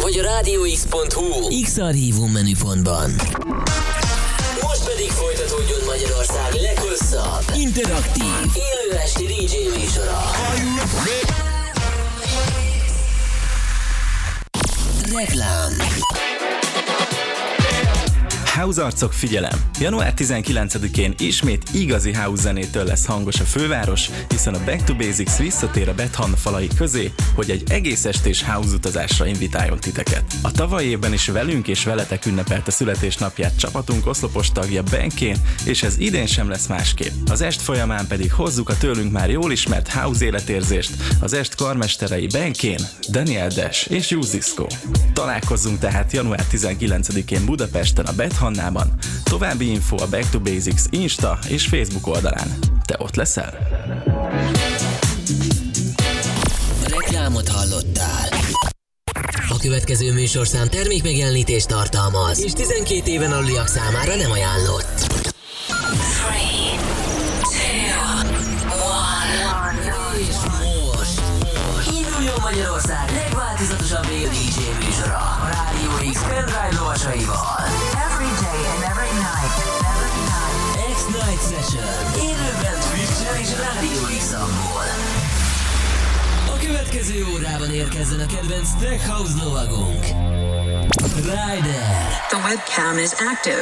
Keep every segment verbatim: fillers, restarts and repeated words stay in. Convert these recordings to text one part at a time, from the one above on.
vagy a rádió x pont hu X-Archívum menüpontban. Most pedig folytatódjon Magyarország leghosszabb, interaktív, élő esti dé dzsé műsora. Reklám. House arcok, figyelem! január tizenkilencedikén ismét igazi house zenétől lesz hangos a főváros, hiszen a Back to Basics visszatér a Bethan falai közé, hogy egy egész estés house utazásra invitáljon titeket. A tavalyi évben is velünk és veletek ünnepelte születésnapját csapatunk oszlopos tagja Ben Kane, és ez idén sem lesz másképp. Az est folyamán pedig hozzuk a tőlünk már jól ismert house életérzést, az est karmesterei Ben Kane, Daniel Dash és Juzisko. Találkozzunk tehát január tizenkilencedikén Budapesten a Bethannában. További info a Back to Basics Insta és Facebook oldalán. Te ott leszel? Reklámot hallottál. A következő műsorszám termékmegjelenítést tartalmaz, és tizenkét éven aluliak számára nem ajánlott. három, kettő, egy És most induljon Magyarország legváltozatosabb dé dzsé műsora a Rádió X pendrive lovasaival. Every day and every night, every night. X-Night Session. Élőben Twitch-en és Rádió X-amból. A következő órában érkezzen a kedvenc Tech House lovagunk. Ryder. The webcam is active.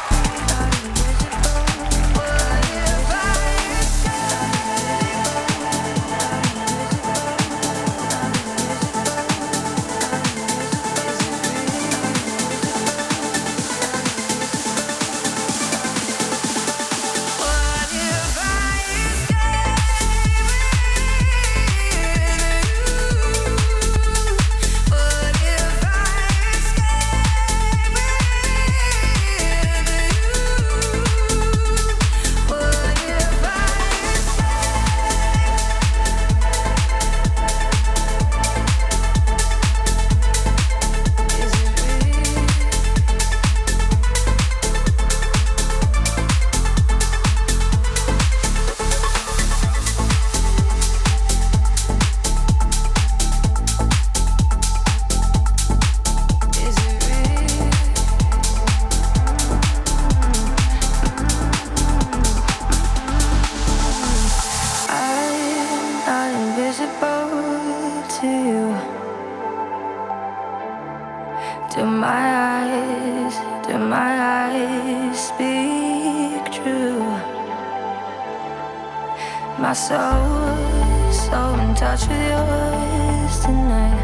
My soul is so in touch with yours tonight.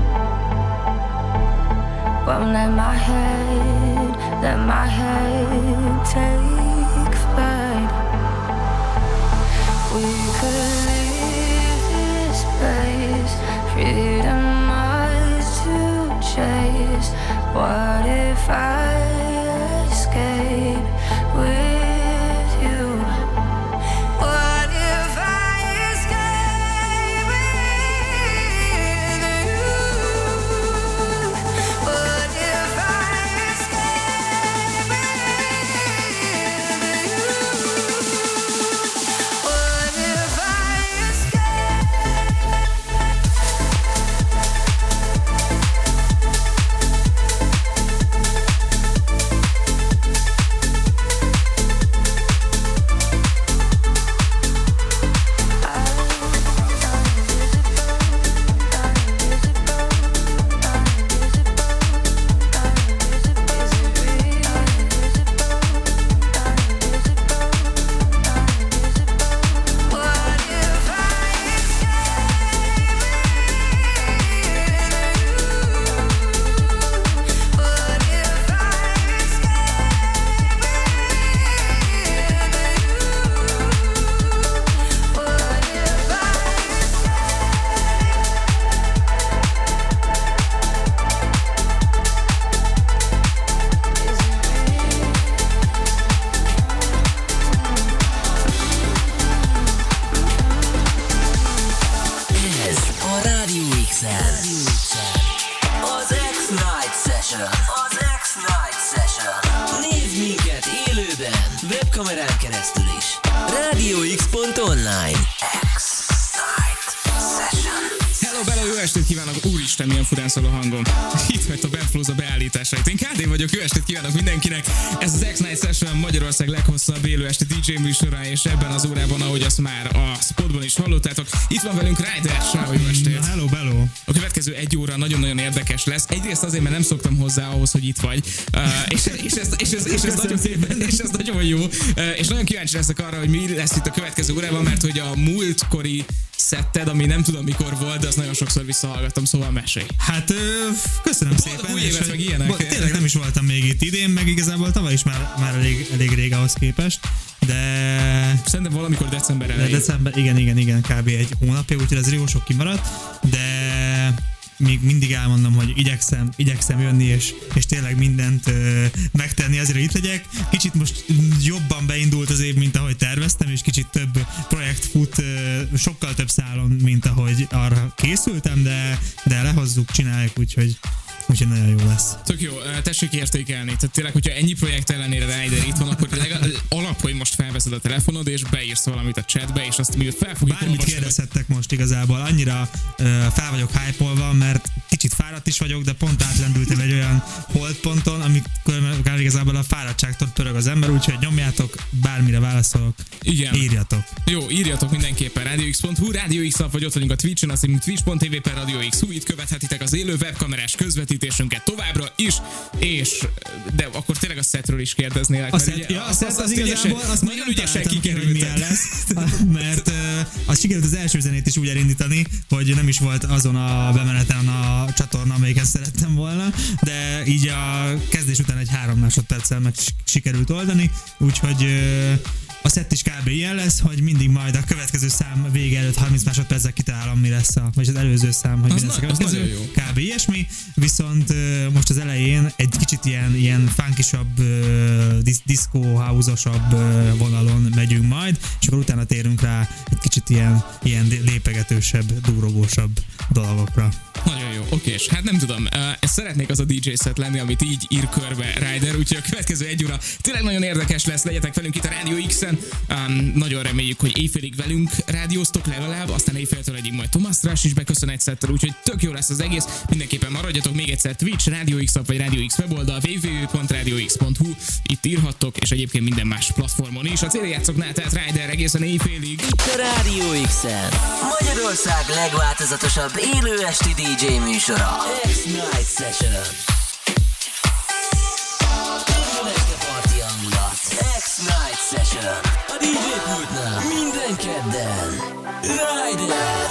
Won't let my head, let my head take flight. We could leave this place, freedom ours to chase. What if I escape with you? Webkamerán keresztül is. rádió x pont online. X-Night Session. Hello, Hello, jó estét kívánok! Úristen, milyen furán szól a hangom. Itt hagyta Ben Flóza beállításait. Én ká dé vagyok, jó estét kívánok mindenkinek! Ez az X-Night Session, Magyarország leghosszabb élő esti dé dzsé műsora, és ebben az órában, ahogy azt már a spotban is hallottátok, itt van velünk Ryder. Sávó, jó estét! Hello, hello! A következő egy óra nagyon-nagyon érdekes lesz. Egyrészt azért, mert nem szoktam hozzá ahhoz, hogy itt vagy. Uh, és, és, ez, és, ez, és, ez nagyon, szépen, és ez nagyon jó. Uh, és nagyon kíváncsi leszek arra, hogy mi lesz itt a következő órában, mert hogy a múltkori szetted, ami nem tudom mikor volt, de azt nagyon sokszor visszahallgattam, szóval mesélj. Hát ö, köszönöm Boldog szépen. új évet, meg ilyenek. Bo- tényleg nem is voltam még itt idén, meg igazából tavaly is már, már elég, elég rég ahhoz képest, de... Szerintem valamikor december elején. De december, igen, igen, igen, kb. Egy hónapja, úgyhogy ez jó sok kimaradt, de még mindig elmondom, hogy igyekszem, igyekszem jönni, és, és tényleg mindent ö, megtenni azért, hogy itt legyek. Kicsit most jobban beindult az év, mint ahogy terveztem, és kicsit több projekt fut, ö, sokkal több szálon, mint ahogy arra készültem, de, de lehozzuk, csináljuk, úgyhogy úgyhogy nagyon jó lesz. Tök jó, tessék értékelni. Tehát tényleg, hogyha ennyi projekt ellenére Ryder itt van, akkor legalább alap, hogy most felveszed a telefonod, és beírsz valamit a chatbe, és azt miért fel fogjuk Bármit kérdezhettek most igazából, annyira uh, fel vagyok hype-olva, mert kicsit fáradt is vagyok, de pont átlendültem egy olyan holdponton, amikor igazából a fáradtságtól pörög az ember, úgyhogy nyomjátok, bármire válaszolok, igen. Írjatok. Jó, írjatok mindenképpen rádióx pont hu, rádióx vagy ott vagyunk a Twitch-en, azt mondjuk twitch pont tv per rádióx, itt követhetitek az élő webkamerás közvetítésünket továbbra is, és de akkor tényleg a setről is kérdeznélek. A set, ja, a set az igazából, azt nagyon ügyesen kikerült, milyen lesz, mert uh, az sikerült az első zenét is úgy elindítani, hogy nem is volt azon a bemeneten a csatorna, amelyiket szerettem volna, de így a kezdés után egy három másodperccel meg sikerült oldani, úgyhogy uh, a szett is kb. Ilyen lesz, hogy mindig majd a következő szám vége előtt harminc másodperccel kitalálom, mi lesz a, vagy az előző szám, hogy az mi lesz na, a következő. Kb. Ilyesmi, viszont uh, most az elején egy kicsit ilyen, ilyen funkisabb, uh, disz- disco house-osabb uh, vonalon megyünk majd, és akkor utána térünk rá egy kicsit ilyen, ilyen lépegetősebb, durogósabb dolgokra. Nagyon jó, oké, és hát nem tudom, uh, ezt szeretnék az a dé dzsé set lenni, amit így ír körbe Ryder, úgyhogy a következő egy óra tényleg nagyon érdekes lesz, legyetek velünk itt a Rádió X-en, um, nagyon reméljük, hogy éjfélig velünk rádióztok legalább, aztán éjféltől egyig majd Thomas Trash is beköszön egy szettel, úgyhogy tök jó lesz az egész, mindenképpen maradjatok még egyszer Twitch, Rádió X vagy Rádió X weboldal, double-u double-u double-u pont rádióx pont hu, itt írhattok, és egyébként minden más platformon is. A céljátszoknál, tehát Ryder egészen éjfélig. Itt a Rádió X-en Magyarország legváltozatosabb élő esti dé dzsé műsora. X-Night Session. Mindenki parti hangulat. X-Night Session. A dé dzsé pultnál minden kedden. Ryder.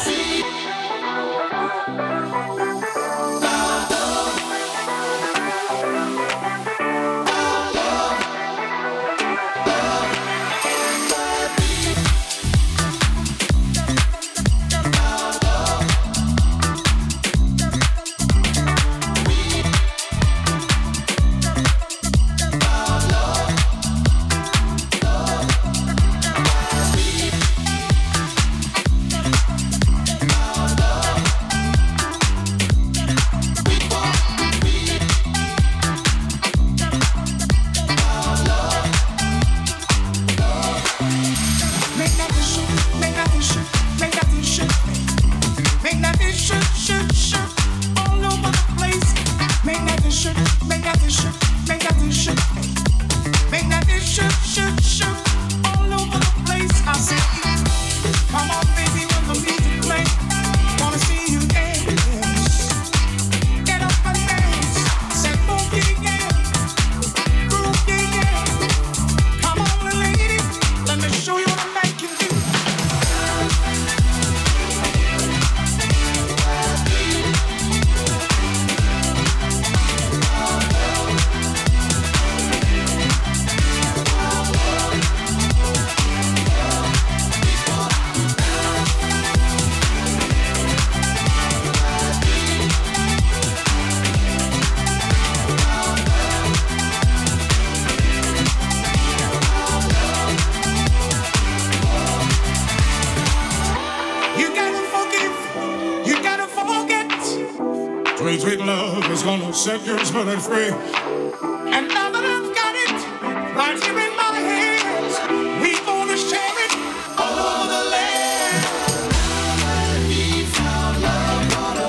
Sweet, sweet love is gonna set your spirit free. And now that I've got it right here in my hands, we gonna share it all over the land. We found love on a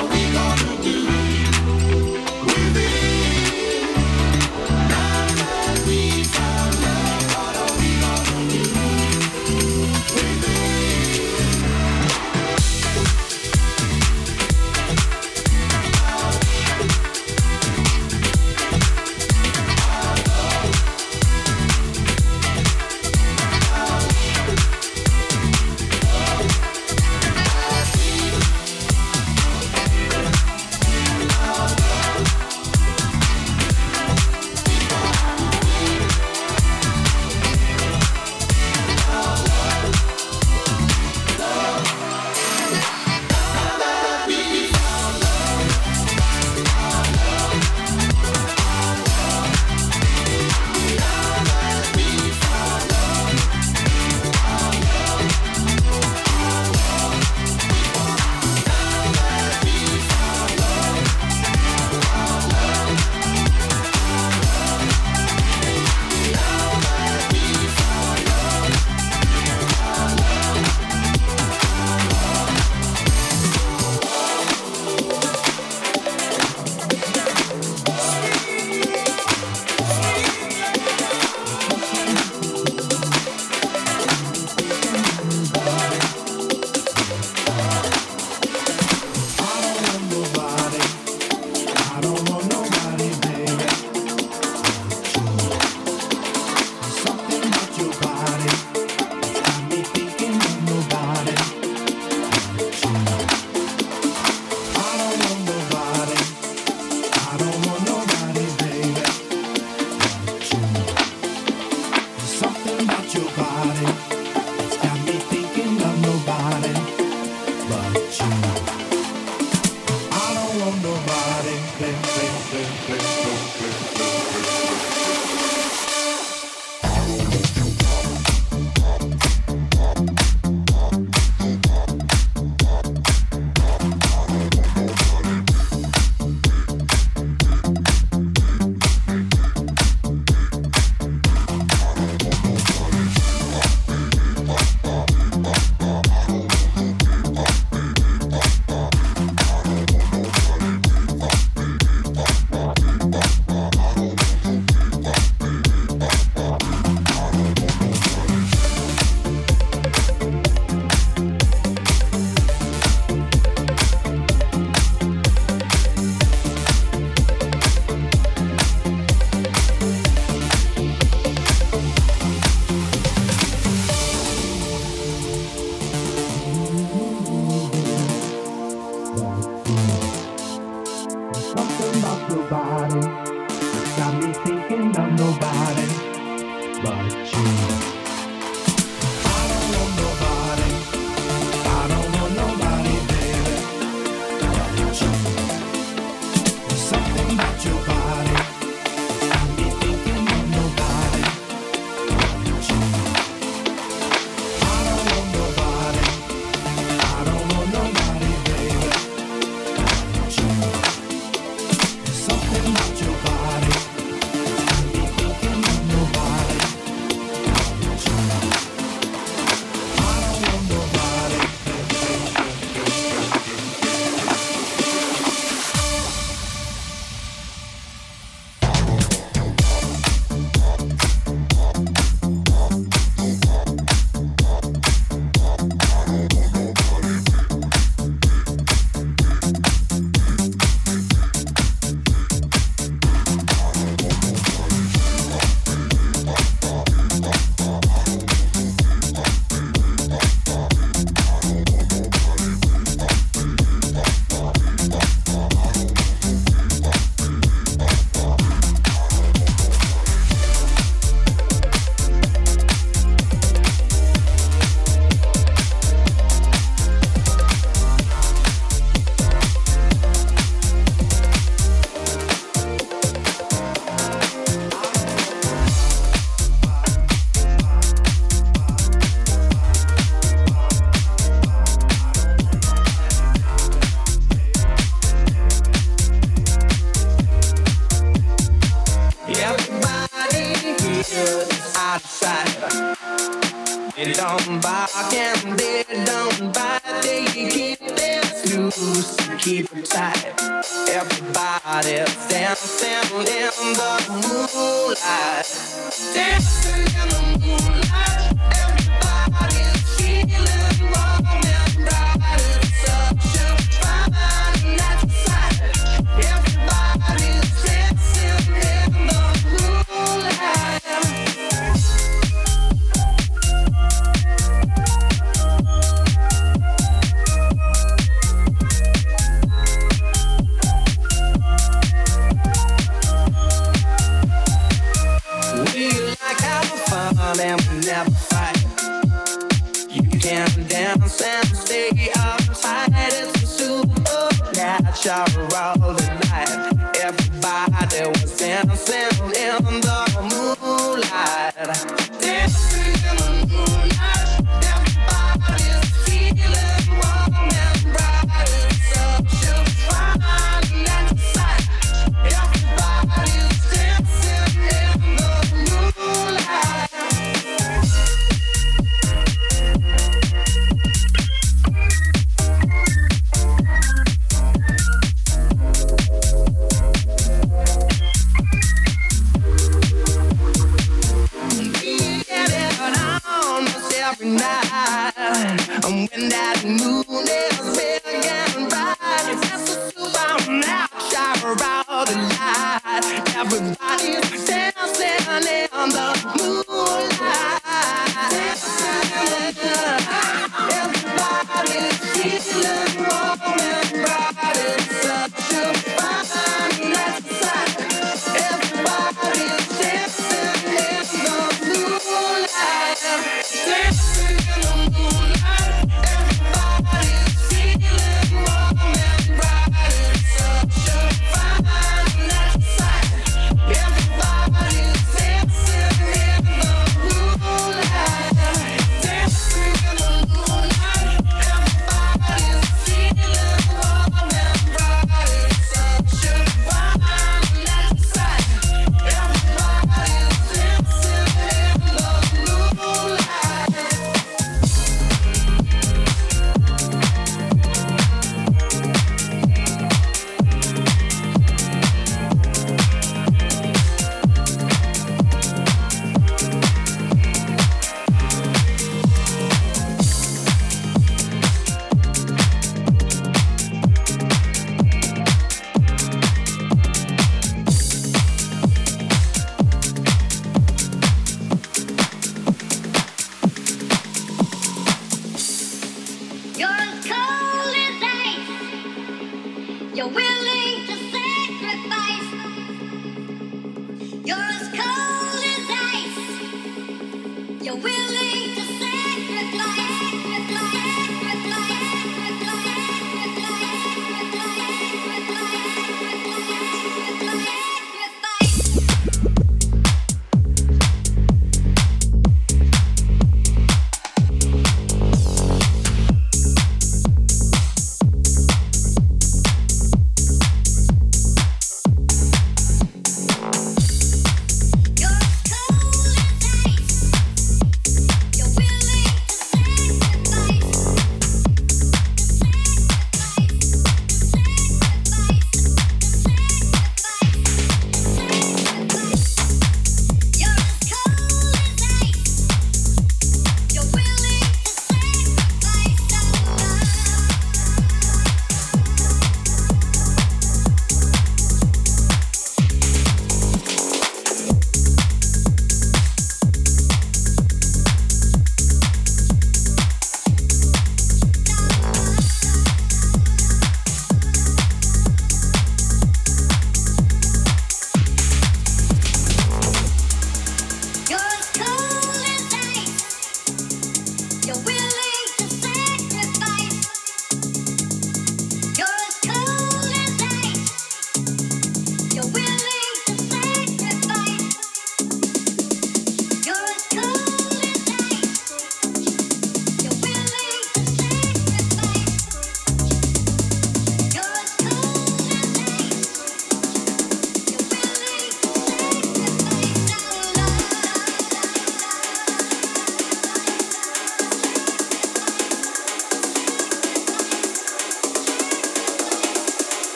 don't want nobody, baby. There's something about your body. It's got me thinking of nobody but you. I don't want nobody, baby, baby, baby, baby,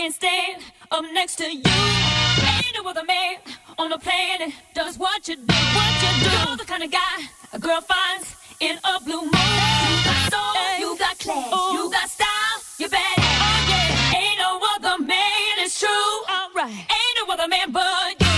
can't stand up next to you. Ain't no other man on the planet does what you do. What you do. You're the kind of guy a girl finds in a blue moon. You got soul, you got class, oh. You got style, you're bad. Oh yeah. Ain't no other man, it's true. Alright. Ain't no other man but you.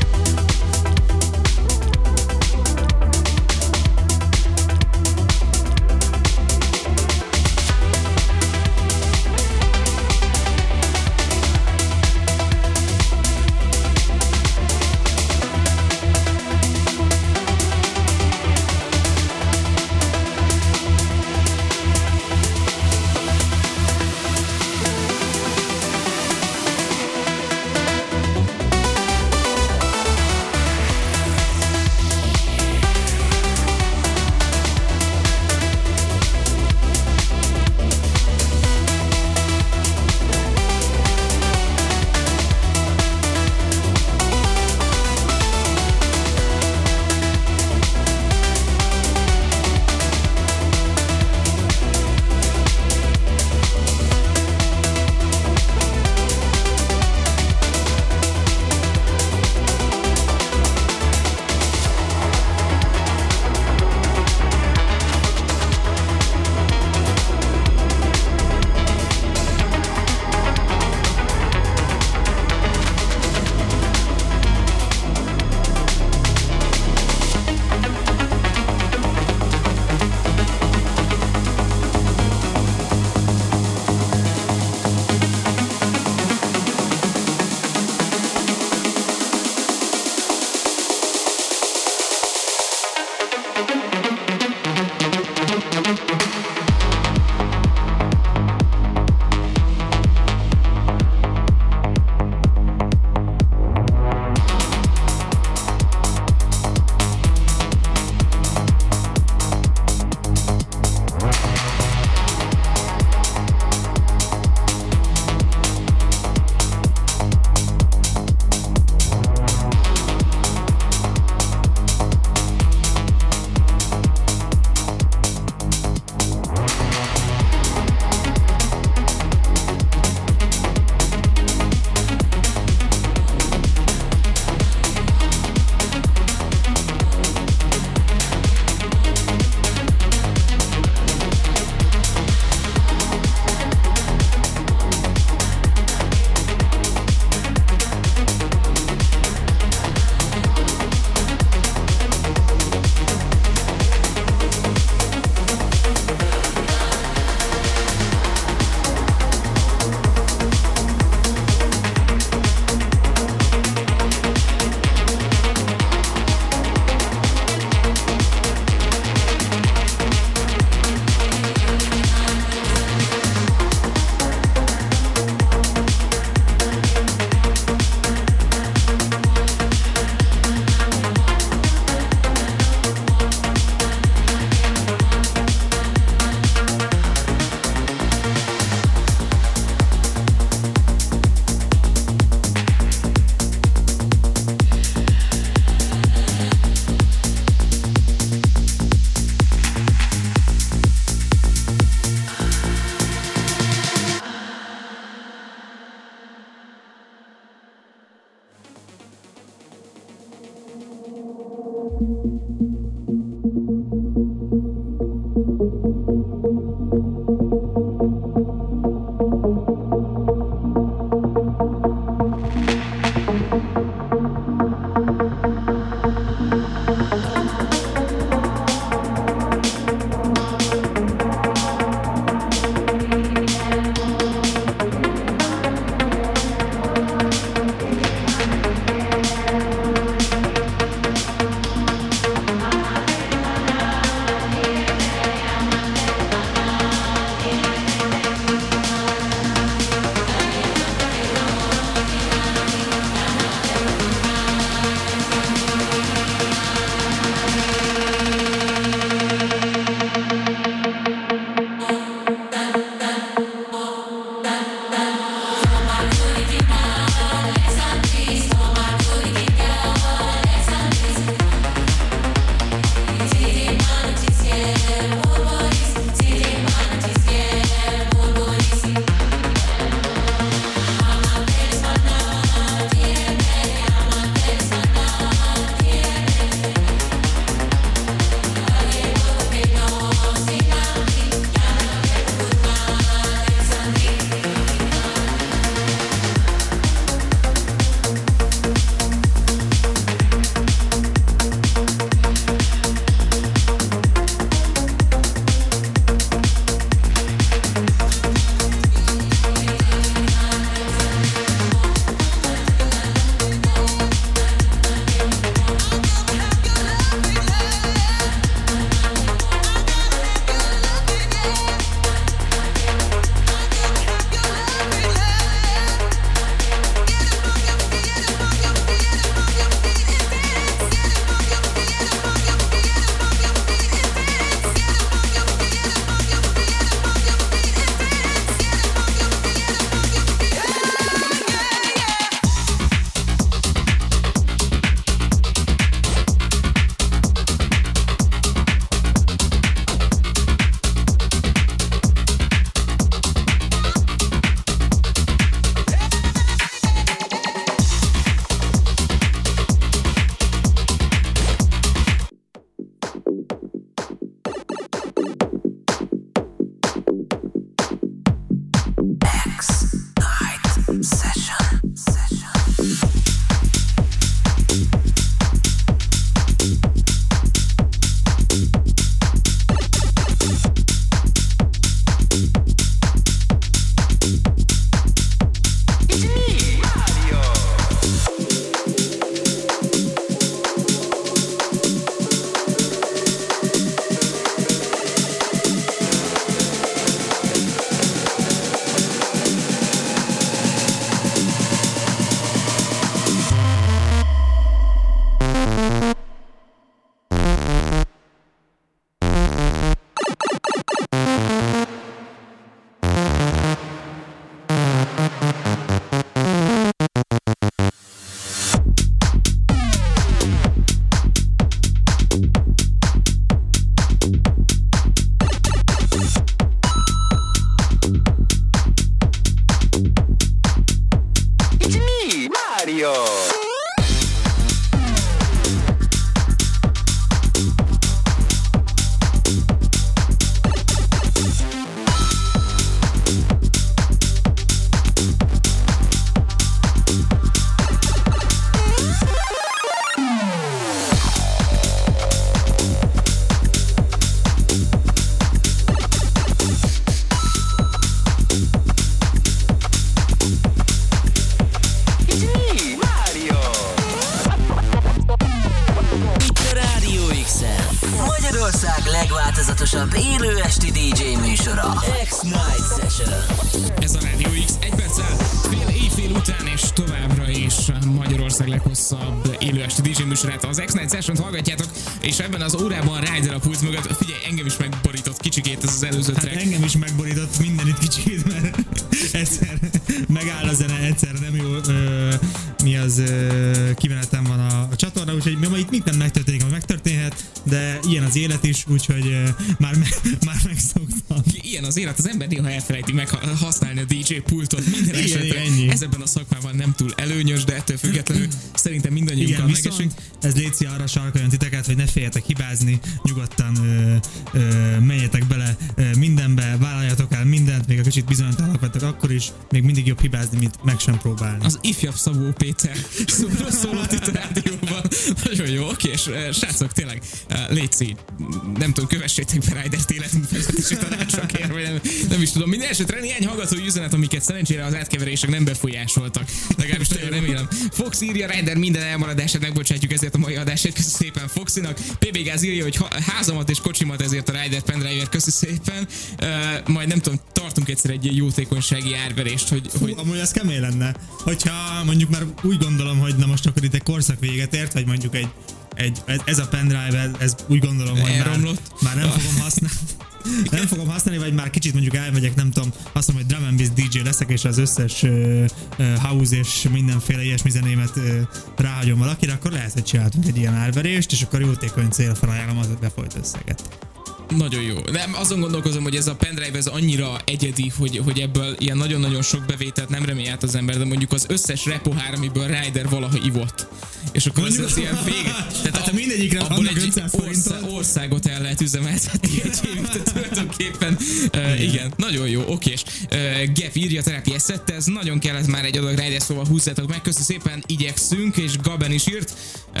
Magyarország legváltozatosabb élő esti dé dzsé műsora, X-Night Session. Ez a Radio X egy perccel fél éjfél után és továbbra is Magyarország leghosszabb élő esti dé dzsé műsorát, az X-Night Session-t hallgatjátok, és ebben az órában Ryder a pult mögött. Figyelj, engem is megborított kicsikét ez az előző track. Hát engem is megborított mindenit kicsit, mert egyszer megáll a zene, egyszer nem jó, ö, mi az ö, kimenetem van a, a csatorna, úgyhogy ma itt minden megtörténik, ami megtörténhet, de ilyen az élet is, úgyhogy ö, már, me, már megszoktam. Ilyen az élet, az ember néha elfelejti meg használni a dé dzsé pultot minden igen, esetre. ennyi. Ez ebben a szakmában nem túl előnyös, de ettől függetlenül szerintem mindannyiunkkal megesünk. Ez létszi arra sarkoljon titeket, hogy ne féljetek hibázni, nyugodtan ö, ö, menjetek bele ö, mindenbe, vállaljatok el mindent, még a kicsit bizonytalanok vagytok akkor is, még mindig jobb hibázni, mint meg sem próbálni. Az ifjabb Szabó Péter szóval szólott itt a rádióban. Nagyon jó, oké, és uh, srácok, tényleg uh, létszi, nem tudom, kövessétek be Rydert életművezetési tanácsokért, vagy nem, nem is tudom. Minden esetre néhány hallgatói üzenet, amiket szerencsére az átkeverések nem befolyásoltak. Legalábbis nagyon remélem. Fox írja, Ryder minden elmaradását megbocsátjuk ezért a mai adásért. Köszönöm szépen Foxinak. pé bé Gáz írja, hogy házamat és kocsimat ezért a Ryder pendrive-ért. Köszönöm szépen. Uh, majd nem tudom, tartunk egyszer egy ilyen jótékonysági árverést, hogy... Fú, hogy... amúgy az kemény lenne, hogyha mondjuk már úgy gondolom, hogy na most akkor itt egy korszak véget ért, vagy mondjuk egy, egy ez a pendrive, ez, ez úgy gondolom, hogy már, már nem fogom használni. Nem fogom használni, vagy már kicsit mondjuk elmegyek, nem tudom, azt mondom, hogy drum and bass dé dzsé leszek, és az összes uh, uh, house és mindenféle ilyesmi zenémet uh, ráhagyom valakire, akkor lehet, hogy csináltunk egy ilyen árverést, és akkor jótékony célra felajánlom az befolyt összeget. Nagyon jó. Nem, azon gondolkozom, hogy ez a pendrive ez annyira egyedi, hogy, hogy ebből ilyen nagyon-nagyon sok bevételt nem remél át az ember, de mondjuk az összes repohár, amiből Ryder valaha ivott. És akkor mondjuk, ez az ilyen vége. Tehát hát a mindegyikre abból egy ország, országot el lehet üzemeltetni egy évig, tehát tulajdonképpen uh, igen, nagyon jó, okés. Uh, Gep írja, terápiás szette, ez nagyon kellett már egy adag Ryder, szóval húzzátok meg, köszi szépen, igyekszünk, és Gaben is írt. Uh,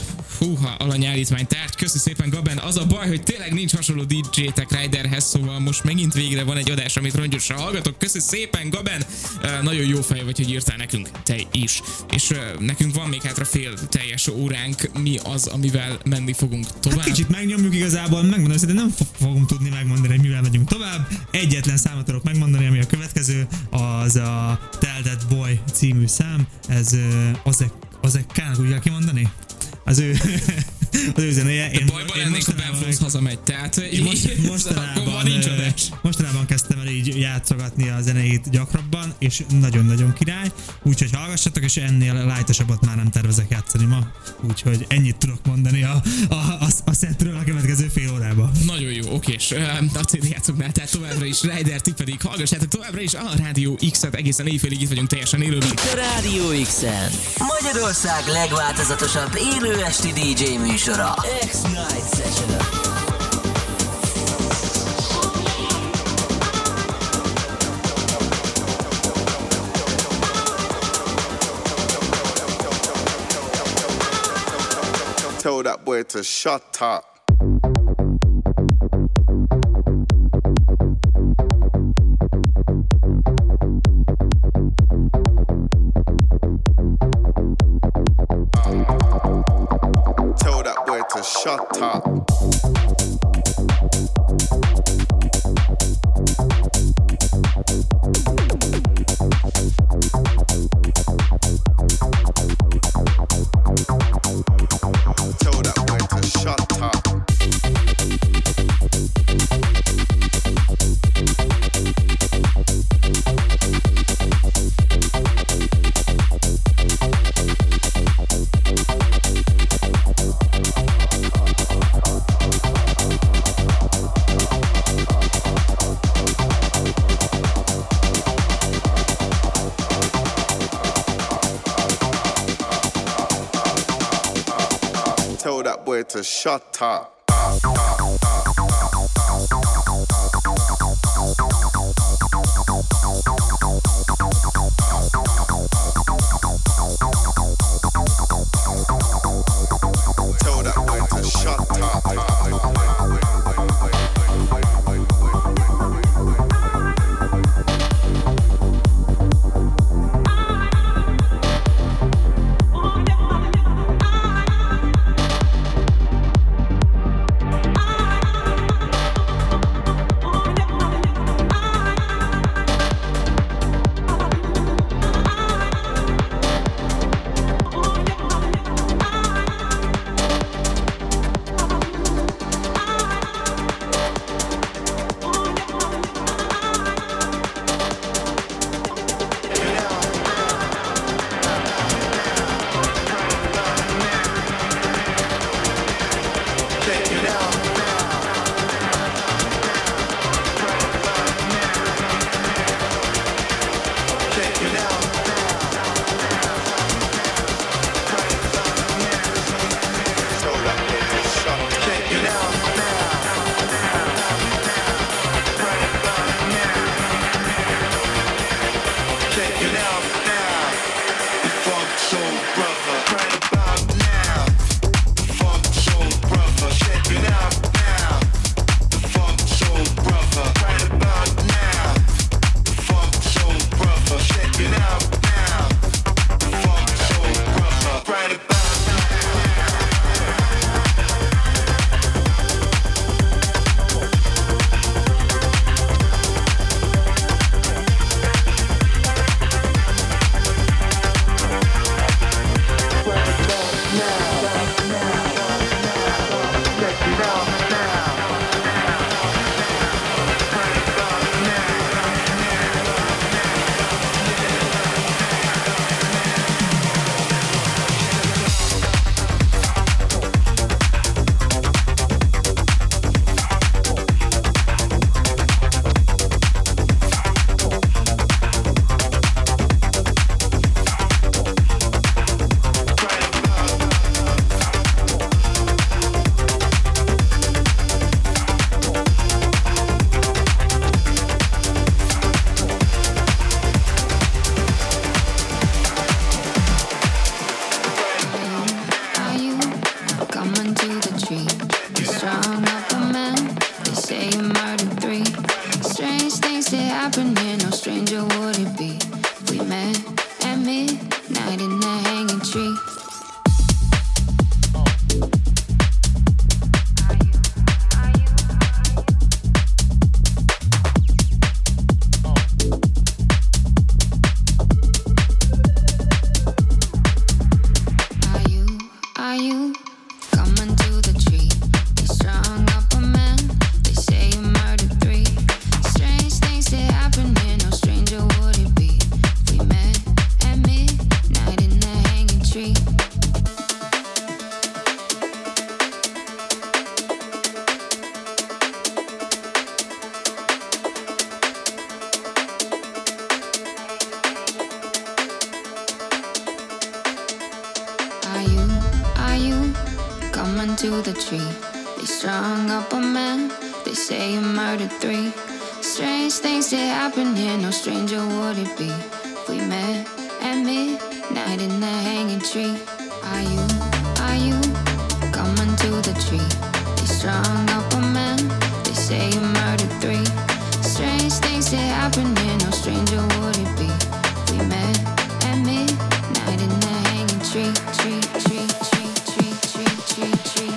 húha, alanyállítmány tárt, köszi szépen Gaben, az a baj, hogy tényleg nincs hasonló dé dzsé-tek Ryderhez, szóval most megint végre van egy adás, amit rongyosra hallgatok, köszi szépen Gaben, uh, nagyon jó fej vagy, hogy írtál nekünk, te is, és uh, nekünk van még hátra fél teljes óránk, mi az, amivel menni fogunk tovább. Hát kicsit megnyomjuk igazából, megmondom, hogy nem fogom tudni megmondani, hogy mivel megyünk tovább. Egyetlen számot tudok megmondani, ami a következő, az a Tell That Boy című szám, ez uh, Ozek, Ozekkának úgy kell kimondani? Az ő, az ő zenéje. De bajban lennék, ha Ben Folds hazamegy, tehát most, mostanában, mostanában kezdtem el így játszogatni a zenéit gyakrabban, és nagyon-nagyon király, úgyhogy hallgassatok, és ennél light-osabbat már nem tervezek játszani ma, úgyhogy ennyit tudok mondani a, a, a, a setről a következő fél órában. Nagyon jó, okés. A cé dé játszoknál, tehát továbbra is Ryder, ti pedig hallgassátok továbbra is a Rádió X-et, egészen éjfélig itt vagyunk teljesen élőben. Itt a Rádió X-en Magyarország legváltozatosabb élő esti dé dzsé műsora, X-Night Session. Tell that boy to shut up. Tell that boy to shut up. Tell that boy to shut up. Tell that boy to shut up. Ah! happen here, no stranger would it be if we met at midnight in the hanging tree. To the tree, they strung up a man. They say you murdered three. Strange things that happen here, no stranger would it be if we met at midnight in the hanging tree. Are you, are you coming to the tree? They strung up a man. They say you murdered three. Strange things that happen here, no stranger would it be if we met at midnight in the hanging tree, tree, tree, tree, tree, tree, tree, tree.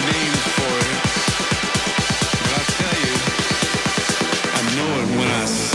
When I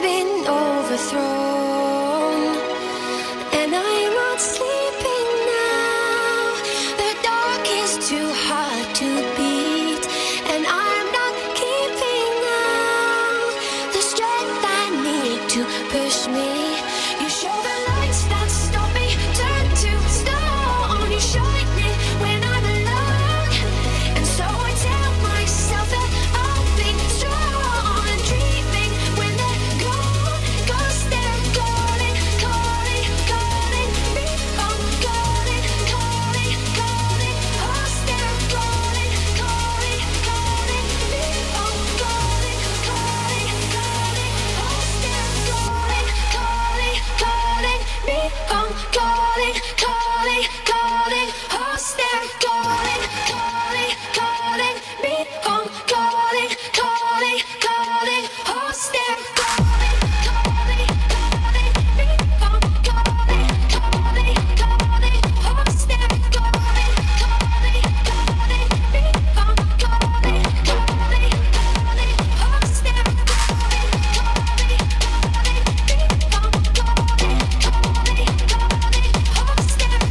been overthrown, and I'm not sleeping now. The dark is too hard to beat, and I'm not keeping now the strength I need to push me. You show the lights that stop me, turn to stone. You shine me when I'm alone, and so I tell myself that I'll be strong and dreaming when they're gone, 'cause they're calling, calling, calling me home, calling, calling, calling us. They're calling, calling, calling me home, calling, calling, calling us. They're calling, calling, calling me home, calling, calling, calling us. They're calling, calling, calling me home, calling, calling, calling us. They're calling, calling, calling me home, calling, calling, calling us. They're calling, calling, calling me home, calling, calling, calling us. They're calling, calling, calling me home, calling, calling, calling us. They're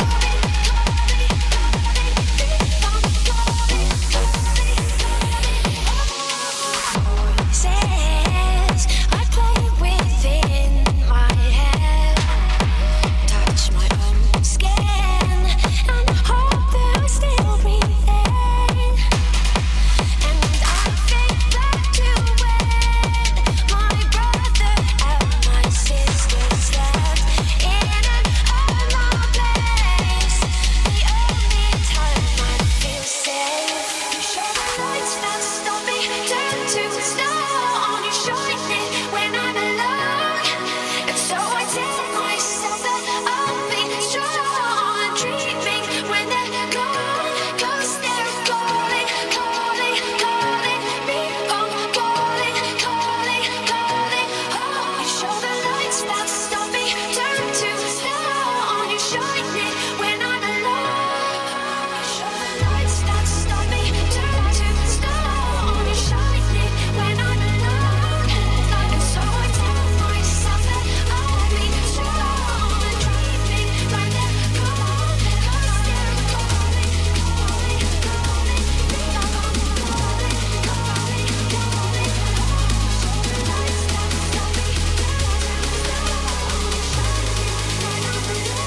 voices I play within my head, touch my own skin, and hope that I still breathing. And I think back to when my brother and my sister slept in an unknown place. The only time I feel safe. You show the lights that stop me, turn to stone. You shine me when I'm alone, and so I tell myself that I'll be strong and dreaming when they're gone, 'cause they're calling, calling, calling me home, calling, calling, calling home. You show the lights that stop me, turn to stone. You shine me when I'm alone. You show the lights that stop me, turn to stone. You shine me when I'm alone, and so I tell myself that I'll be strong and dreaming when they're gone, 'cause they're calling, calling, calling me home, calling, calling, calling home. Show the lights that stop me, turn to stone. You shine me when I'm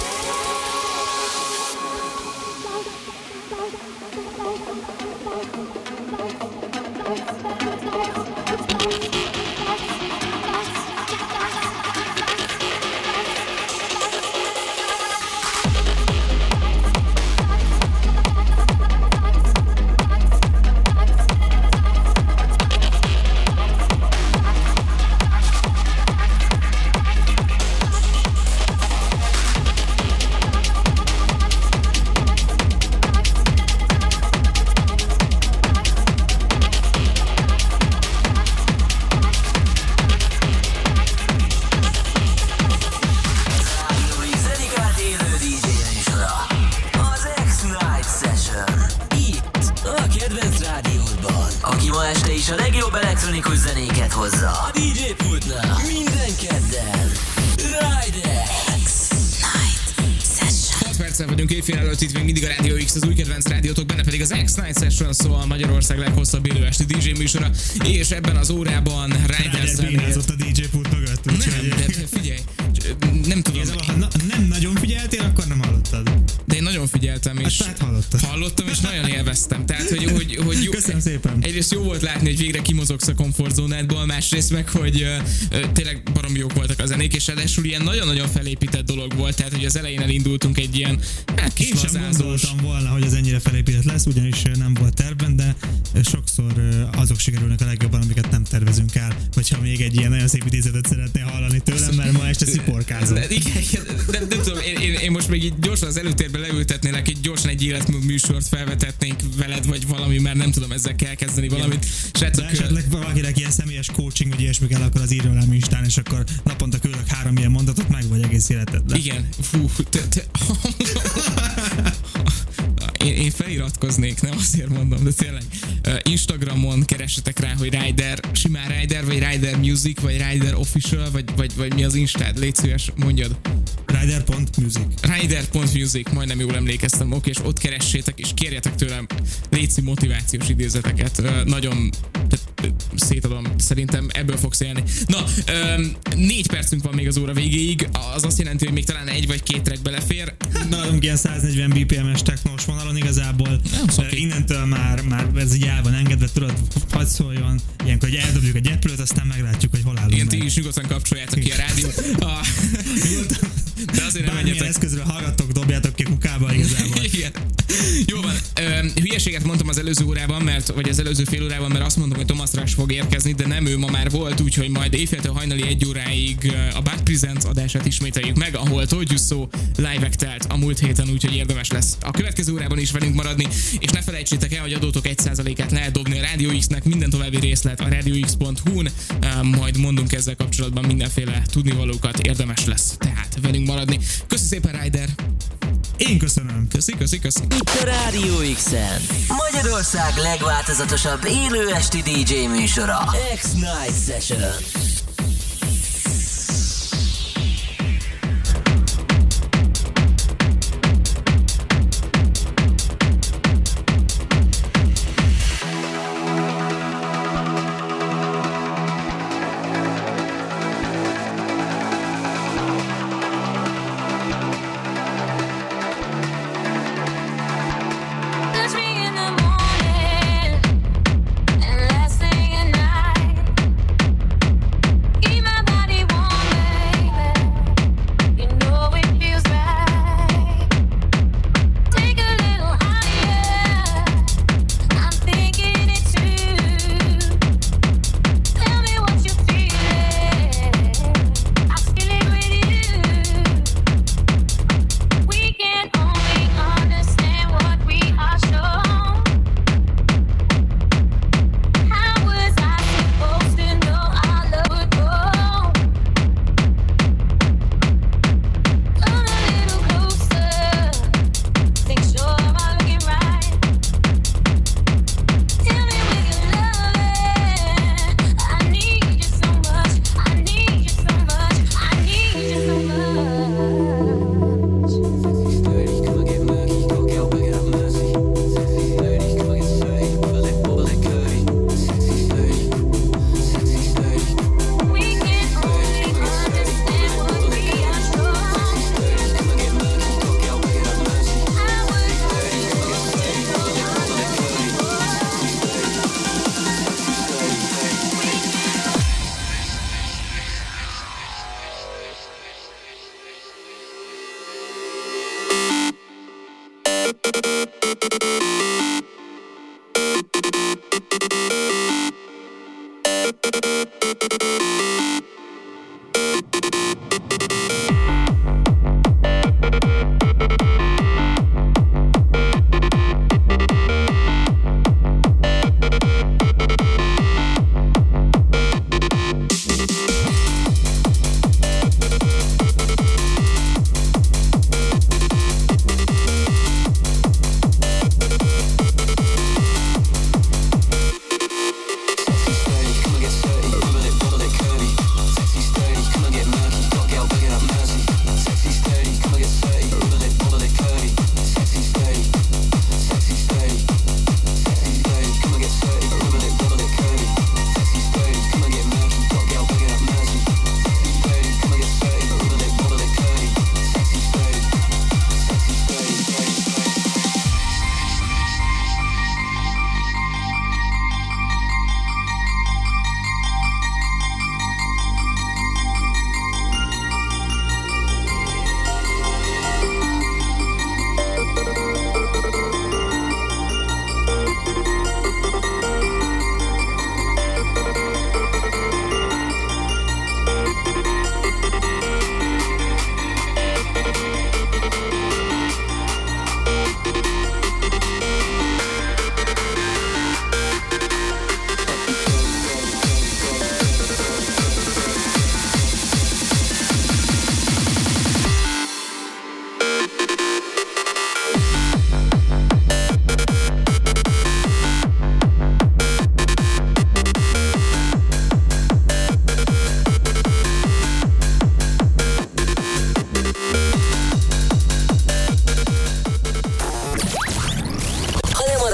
Zenikát élő dé dzsé műsora, az X-Night Session. Itt, a kedvenc rádiódban, aki ma este is a legjobb elektronikus zenéket hozza. A dé dzsé pultnál minden kedden Rider X-Night Session. hat perccel vagyunk éjfél előtt, itt még mindig a Radio X, az új kedvenc rádiótok, benne pedig az X-Night Session, szóval Magyarország leghosszabb élő esti dé dzsé műsora, és ebben az órában Rider zenélt. ott a dé dzsé pult mögött. Nem, úgyhogy- de figyelj, nem tudom. Igazából, ha na, nem nagyon figyeltél, akkor nem hallottad. De én nagyon figyeltem, és Hát, tehát hallottad. hallottam, és nagyon élveztem. Tehát, hogy, hogy, hogy jó, Köszönöm szépen. egyrészt jó volt látni, hogy végre kimozogsz a komfortzónádból, másrészt meg, hogy ö, ö, tényleg baromi jók voltak a zenék, és ráadásul ilyen nagyon-nagyon felépített dolog volt, tehát, hogy az elején elindultunk egy ilyen hát, kis Én sem lazázós. gondoltam volna, hogy ez ennyire felépített lesz, ugyanis nem volt tervben, de sokszor azok sikerülnek a legjobban, amiket nem tervezünk el, hogyha még egy ilyen nagyon szép idézetet szeretnél hallani tőlem, mert ma este sziporkázom. De, igen, igen, nem, nem tudom, én, én, én most még így gyorsan az előtérbe leültetnélek, egy gyorsan egy életműsort felvetetnénk veled, vagy valami, mert nem tudom ezzel kell kezdeni valamit. Srácok, de esetleg valakinek ilyen személyes coaching, vagy ilyesmi kell, akkor az írjon rám Instán, és akkor naponta küldök három ilyen mondatot, meg vagy egész életedben. Igen, fú, te, te, én, én feliratkoznék, nem azért mondom, de tényleg. Instagramon keressetek rá, hogy Rider, simán Rider, vagy Rider Music, vagy Rider Official, vagy, vagy, vagy mi az Instád? Légy szíves, mondjad. Rider pont music. Rider pont music, majdnem jól emlékeztem, oké, és ott keressétek, és kérjetek tőlem léci motivációs idézeteket. Nagyon szétadom, szerintem ebből fogsz élni. Na, négy percünk van még az óra végéig, az azt jelenti, hogy még talán egy vagy két track belefér. Nálunk ilyen száznegyven bé pé em-es technós vonalon igazából. Okay. Innentől már, már ez így el van engedve, tudod, hadd szóljon, ilyenkor, hogy eldobjuk a gyeplőt, aztán meglátjuk, hogy hol állunk. Igen, ti is nyugodtan kapcsoljátok ki a rádiót. A... De azért nem menjetek. Eszközről hallgattok, dobjátok ki kukába igazából. Igen. Jó van. Ö, hülyeséget mondtam az előző órában, mert, vagy az előző fél órában, mert azt mondtam, hogy Thomas Rush fog érkezni, de nem, ő ma már volt, úgyhogy majd éjféltől hajnali egy óráig a Bad Presents adását ismételjük meg, ahol Told You So live telt a múlt héten, úgyhogy érdemes lesz a következő órában is velünk maradni, és ne felejtsétek el, hogy adótok egy százalékát lehet dobni a Radio X-nek, minden további részlet a radio x pont hu-n, majd mondunk ezzel kapcsolatban mindenféle tudnivalókat, érdemes lesz tehát velünk maradni. Köszi szépen, Rider! Én köszönöm. Köszi, köszi, köszi. Itt a Radio X-en Magyarország legváltozatosabb élő esti dé dzsé műsora, X-Night Session. Touch me in the morning and last thing at night.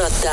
maradtál.